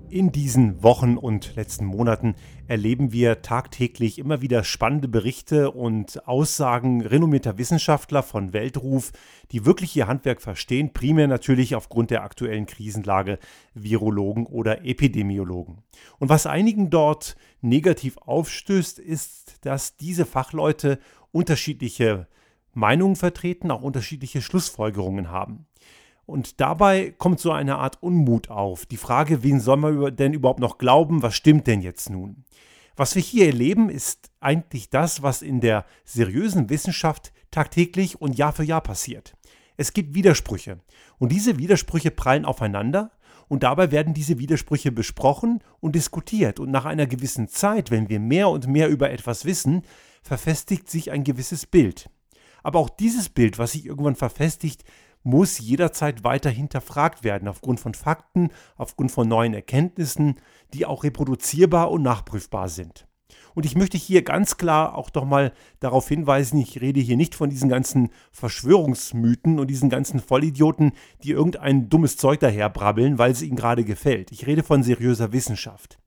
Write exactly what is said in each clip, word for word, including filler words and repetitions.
In diesen Wochen und letzten Monaten erleben wir tagtäglich immer wieder spannende Berichte und Aussagen renommierter Wissenschaftler von Weltruf, die wirklich ihr Handwerk verstehen, primär natürlich aufgrund der aktuellen Krisenlage Virologen oder Epidemiologen. Und was einigen dort negativ aufstößt, ist, dass diese Fachleute unterschiedliche Meinungen vertreten, auch unterschiedliche Schlussfolgerungen haben. Und dabei kommt so eine Art Unmut auf. Die Frage, wen soll man denn überhaupt noch glauben? Was stimmt denn jetzt nun? Was wir hier erleben, ist eigentlich das, was in der seriösen Wissenschaft tagtäglich und Jahr für Jahr passiert. Es gibt Widersprüche. Und diese Widersprüche prallen aufeinander. Und dabei werden diese Widersprüche besprochen und diskutiert. Und nach einer gewissen Zeit, wenn wir mehr und mehr über etwas wissen, verfestigt sich ein gewisses Bild. Aber auch dieses Bild, was sich irgendwann verfestigt, muss jederzeit weiter hinterfragt werden, aufgrund von Fakten, aufgrund von neuen Erkenntnissen, die auch reproduzierbar und nachprüfbar sind. Und ich möchte hier ganz klar auch doch mal darauf hinweisen, ich rede hier nicht von diesen ganzen Verschwörungsmythen und diesen ganzen Vollidioten, die irgendein dummes Zeug daherbrabbeln, weil es ihnen gerade gefällt. Ich rede von seriöser Wissenschaft.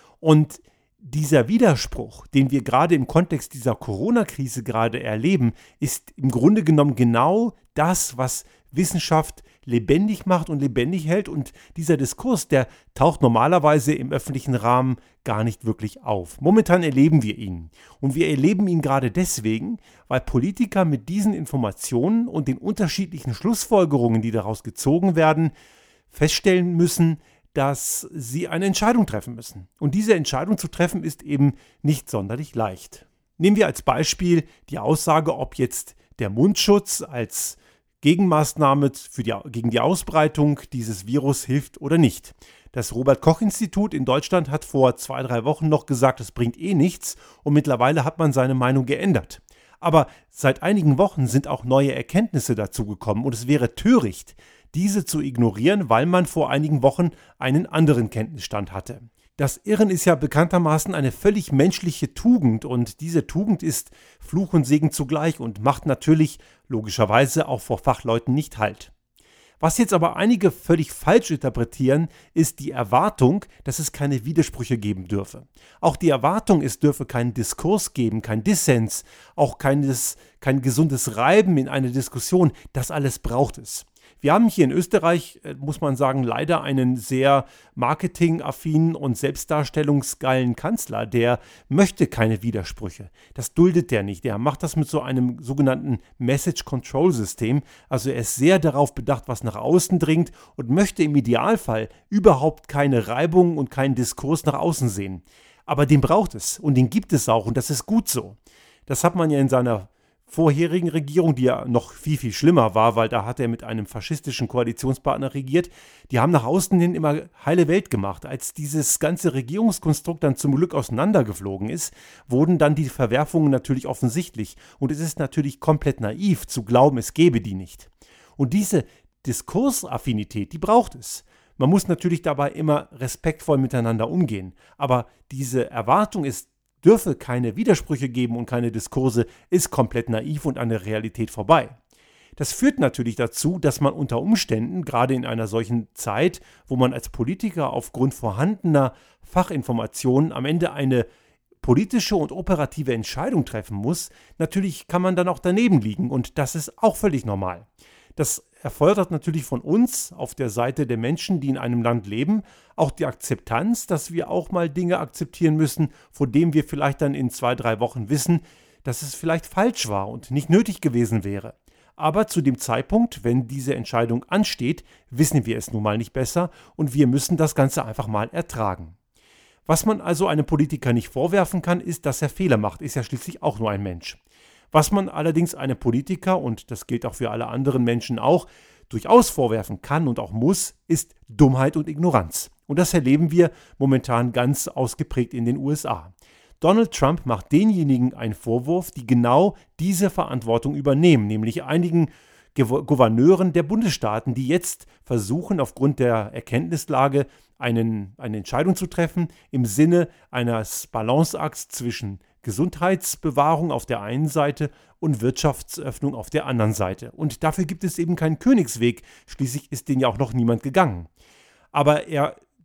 Und dieser Widerspruch, den wir gerade im Kontext dieser Corona-Krise gerade erleben, ist im Grunde genommen genau das, was Wissenschaft lebendig macht und lebendig hält. Und dieser Diskurs, der taucht normalerweise im öffentlichen Rahmen gar nicht wirklich auf. Momentan erleben wir ihn. Und wir erleben ihn gerade deswegen, weil Politiker mit diesen Informationen und den unterschiedlichen Schlussfolgerungen, die daraus gezogen werden, feststellen müssen, dass sie eine Entscheidung treffen müssen. Und diese Entscheidung zu treffen ist eben nicht sonderlich leicht. Nehmen wir als Beispiel die Aussage, ob jetzt der Mundschutz als Gegenmaßnahme für die, gegen die Ausbreitung dieses Virus hilft oder nicht. Das Robert-Koch-Institut in Deutschland hat vor zwei, drei Wochen noch gesagt, es bringt eh nichts, und mittlerweile hat man seine Meinung geändert. Aber seit einigen Wochen sind auch neue Erkenntnisse dazugekommen und es wäre töricht, diese zu ignorieren, weil man vor einigen Wochen einen anderen Kenntnisstand hatte. Das Irren ist ja bekanntermaßen eine völlig menschliche Tugend, und diese Tugend ist Fluch und Segen zugleich und macht natürlich logischerweise auch vor Fachleuten nicht Halt. Was jetzt aber einige völlig falsch interpretieren, ist die Erwartung, dass es keine Widersprüche geben dürfe. Auch die Erwartung, es dürfe keinen Diskurs geben, kein Dissens, auch keines, kein gesundes Reiben in einer Diskussion, das alles braucht es. Wir haben hier in Österreich, muss man sagen, leider einen sehr marketingaffinen und selbstdarstellungsgeilen Kanzler, der möchte keine Widersprüche. Das duldet der nicht. Der macht das mit so einem sogenannten Message-Control-System. Also er ist sehr darauf bedacht, was nach außen dringt, und möchte im Idealfall überhaupt keine Reibung und keinen Diskurs nach außen sehen. Aber den braucht es und den gibt es auch, und das ist gut so. Das hat man ja in seiner vorherigen Regierung, die ja noch viel, viel schlimmer war, weil da hat er mit einem faschistischen Koalitionspartner regiert, die haben nach außen hin immer heile Welt gemacht. Als dieses ganze Regierungskonstrukt dann zum Glück auseinandergeflogen ist, wurden dann die Verwerfungen natürlich offensichtlich. Und es ist natürlich komplett naiv zu glauben, es gäbe die nicht. Und diese Diskursaffinität, die braucht es. Man muss natürlich dabei immer respektvoll miteinander umgehen. Aber diese Erwartung ist, dürfe keine Widersprüche geben und keine Diskurse, ist komplett naiv und an der Realität vorbei. Das führt natürlich dazu, dass man unter Umständen, gerade in einer solchen Zeit, wo man als Politiker aufgrund vorhandener Fachinformationen am Ende eine politische und operative Entscheidung treffen muss, natürlich kann man dann auch daneben liegen, und das ist auch völlig normal. Das erfordert natürlich von uns auf der Seite der Menschen, die in einem Land leben, auch die Akzeptanz, dass wir auch mal Dinge akzeptieren müssen, von denen wir vielleicht dann in zwei, drei Wochen wissen, dass es vielleicht falsch war und nicht nötig gewesen wäre. Aber zu dem Zeitpunkt, wenn diese Entscheidung ansteht, wissen wir es nun mal nicht besser, und wir müssen das Ganze einfach mal ertragen. Was man also einem Politiker nicht vorwerfen kann, ist, dass er Fehler macht, ist ja schließlich auch nur ein Mensch. Was man allerdings einem Politiker, und das gilt auch für alle anderen Menschen auch, durchaus vorwerfen kann und auch muss, ist Dummheit und Ignoranz. Und das erleben wir momentan ganz ausgeprägt in den U S A. Donald Trump macht denjenigen einen Vorwurf, die genau diese Verantwortung übernehmen, nämlich einigen Gouverneuren der Bundesstaaten, die jetzt versuchen, aufgrund der Erkenntnislage einen, eine Entscheidung zu treffen im Sinne eines Balanceakts zwischen Gesundheitsbewahrung auf der einen Seite und Wirtschaftsöffnung auf der anderen Seite. Und dafür gibt es eben keinen Königsweg. Schließlich ist den ja auch noch niemand gegangen. Aber er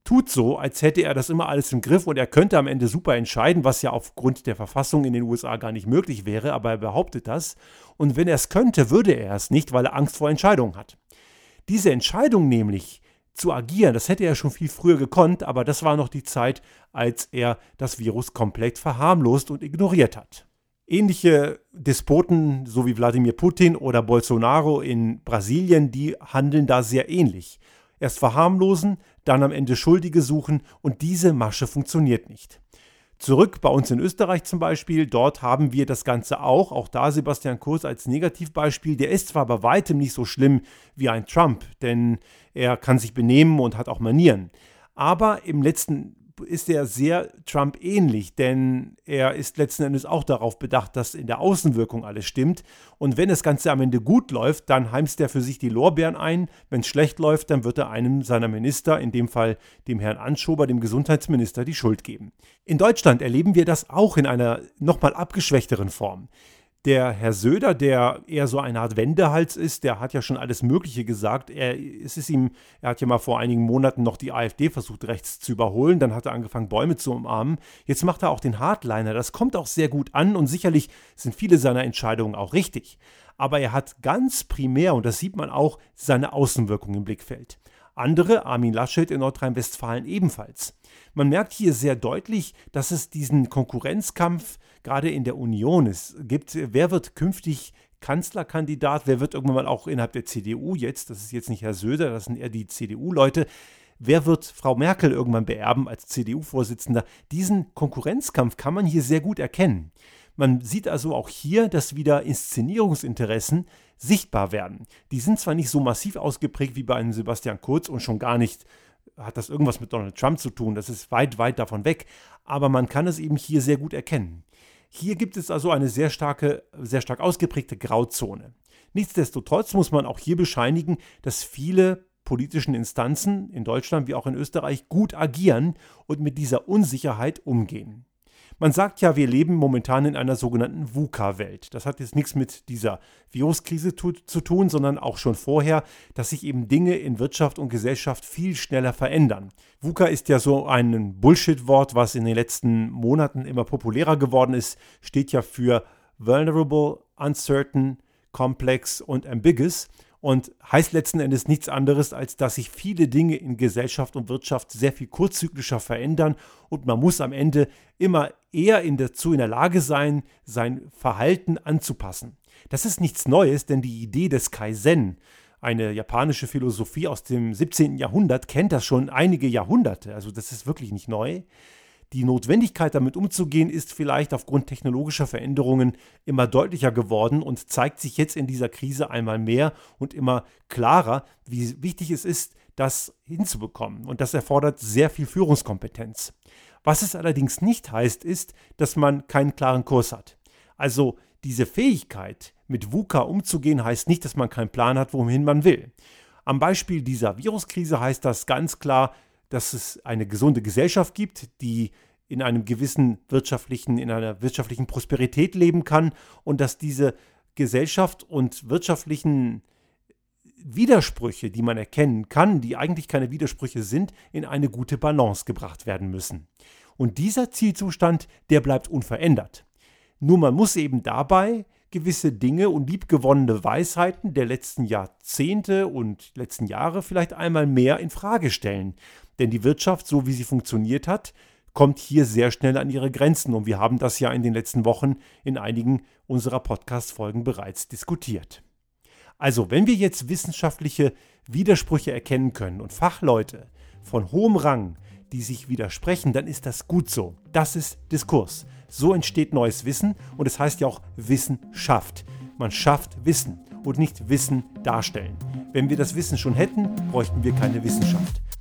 tut so, als hätte er das immer alles im Griff und er könnte am Ende super entscheiden, was ja aufgrund der Verfassung in den U S A gar nicht möglich wäre, aber er behauptet das. Und wenn er es könnte, würde er es nicht, weil er Angst vor Entscheidungen hat. Diese Entscheidung nämlich zu agieren, das hätte er schon viel früher gekonnt, aber das war noch die Zeit, als er das Virus komplett verharmlost und ignoriert hat. Ähnliche Despoten, so wie Wladimir Putin oder Bolsonaro in Brasilien, die handeln da sehr ähnlich. Erst verharmlosen, dann am Ende Schuldige suchen und diese Masche funktioniert nicht. Zurück bei uns in Österreich zum Beispiel, dort haben wir das Ganze auch, auch da Sebastian Kurz als Negativbeispiel. Der ist zwar bei weitem nicht so schlimm wie ein Trump, denn er kann sich benehmen und hat auch Manieren, aber im letzten ist er sehr Trump ähnlich, denn er ist letzten Endes auch darauf bedacht, dass in der Außenwirkung alles stimmt. Und wenn das Ganze am Ende gut läuft, dann heimst er für sich die Lorbeeren ein. Wenn es schlecht läuft, dann wird er einem seiner Minister, in dem Fall dem Herrn Anschober, dem Gesundheitsminister, die Schuld geben. In Deutschland erleben wir das auch in einer nochmal abgeschwächteren Form. Der Herr Söder, der eher so eine Art Wendehals ist, der hat ja schon alles Mögliche gesagt. Er, es ist ihm, er hat ja mal vor einigen Monaten noch die AfD versucht, rechts zu überholen. Dann hat er angefangen, Bäume zu umarmen. Jetzt macht er auch den Hardliner. Das kommt auch sehr gut an und sicherlich sind viele seiner Entscheidungen auch richtig. Aber er hat ganz primär, und das sieht man auch, seine Außenwirkung im Blickfeld. Andere, Armin Laschet in Nordrhein-Westfalen ebenfalls. Man merkt hier sehr deutlich, dass es diesen Konkurrenzkampf gerade in der Union ist, gibt. Wer wird künftig Kanzlerkandidat? Wer wird irgendwann mal auch innerhalb der C D U jetzt? Das ist jetzt nicht Herr Söder, das sind eher die C D U-Leute. Wer wird Frau Merkel irgendwann beerben als C D U-Vorsitzender? Diesen Konkurrenzkampf kann man hier sehr gut erkennen. Man sieht also auch hier, dass wieder Inszenierungsinteressen sichtbar werden. Die sind zwar nicht so massiv ausgeprägt wie bei einem Sebastian Kurz und schon gar nicht hat das irgendwas mit Donald Trump zu tun, das ist weit, weit davon weg, aber man kann es eben hier sehr gut erkennen. Hier gibt es also eine sehr starke, sehr stark ausgeprägte Grauzone. Nichtsdestotrotz muss man auch hier bescheinigen, dass viele politischen Instanzen in Deutschland wie auch in Österreich gut agieren und mit dieser Unsicherheit umgehen. Man sagt ja, wir leben momentan in einer sogenannten VUCA-Welt. Das hat jetzt nichts mit dieser Viruskrise tu- zu tun, sondern auch schon vorher, dass sich eben Dinge in Wirtschaft und Gesellschaft viel schneller verändern. VUCA ist ja so ein Bullshit-Wort, was in den letzten Monaten immer populärer geworden ist, steht ja für Vulnerable, Uncertain, Complex und Ambiguous. Und heißt letzten Endes nichts anderes, als dass sich viele Dinge in Gesellschaft und Wirtschaft sehr viel kurzzyklischer verändern und man muss am Ende immer eher in dazu in der Lage sein, sein Verhalten anzupassen. Das ist nichts Neues, denn die Idee des Kaizen, eine japanische Philosophie aus dem siebzehnten Jahrhundert, kennt das schon einige Jahrhunderte, also das ist wirklich nicht neu. Die Notwendigkeit, damit umzugehen, ist vielleicht aufgrund technologischer Veränderungen immer deutlicher geworden und zeigt sich jetzt in dieser Krise einmal mehr und immer klarer, wie wichtig es ist, das hinzubekommen. Und das erfordert sehr viel Führungskompetenz. Was es allerdings nicht heißt, ist, dass man keinen klaren Kurs hat. Also diese Fähigkeit, mit VUCA umzugehen, heißt nicht, dass man keinen Plan hat, wohin man will. Am Beispiel dieser Viruskrise heißt das ganz klar, dass es eine gesunde Gesellschaft gibt, die in einem gewissen wirtschaftlichen, in einer wirtschaftlichen Prosperität leben kann und dass diese Gesellschaft und wirtschaftlichen Widersprüche, die man erkennen kann, die eigentlich keine Widersprüche sind, in eine gute Balance gebracht werden müssen. Und dieser Zielzustand, der bleibt unverändert. Nur man muss eben dabei gewisse Dinge und liebgewonnene Weisheiten der letzten Jahrzehnte und letzten Jahre vielleicht einmal mehr in Frage stellen. Denn die Wirtschaft, so wie sie funktioniert hat, kommt hier sehr schnell an ihre Grenzen. Und wir haben das ja in den letzten Wochen in einigen unserer Podcast-Folgen bereits diskutiert. Also, wenn wir jetzt wissenschaftliche Widersprüche erkennen können und Fachleute von hohem Rang, die sich widersprechen, dann ist das gut so. Das ist Diskurs. So entsteht neues Wissen und es heißt ja auch Wissen schafft. Man schafft Wissen und nicht Wissen darstellen. Wenn wir das Wissen schon hätten, bräuchten wir keine Wissenschaft.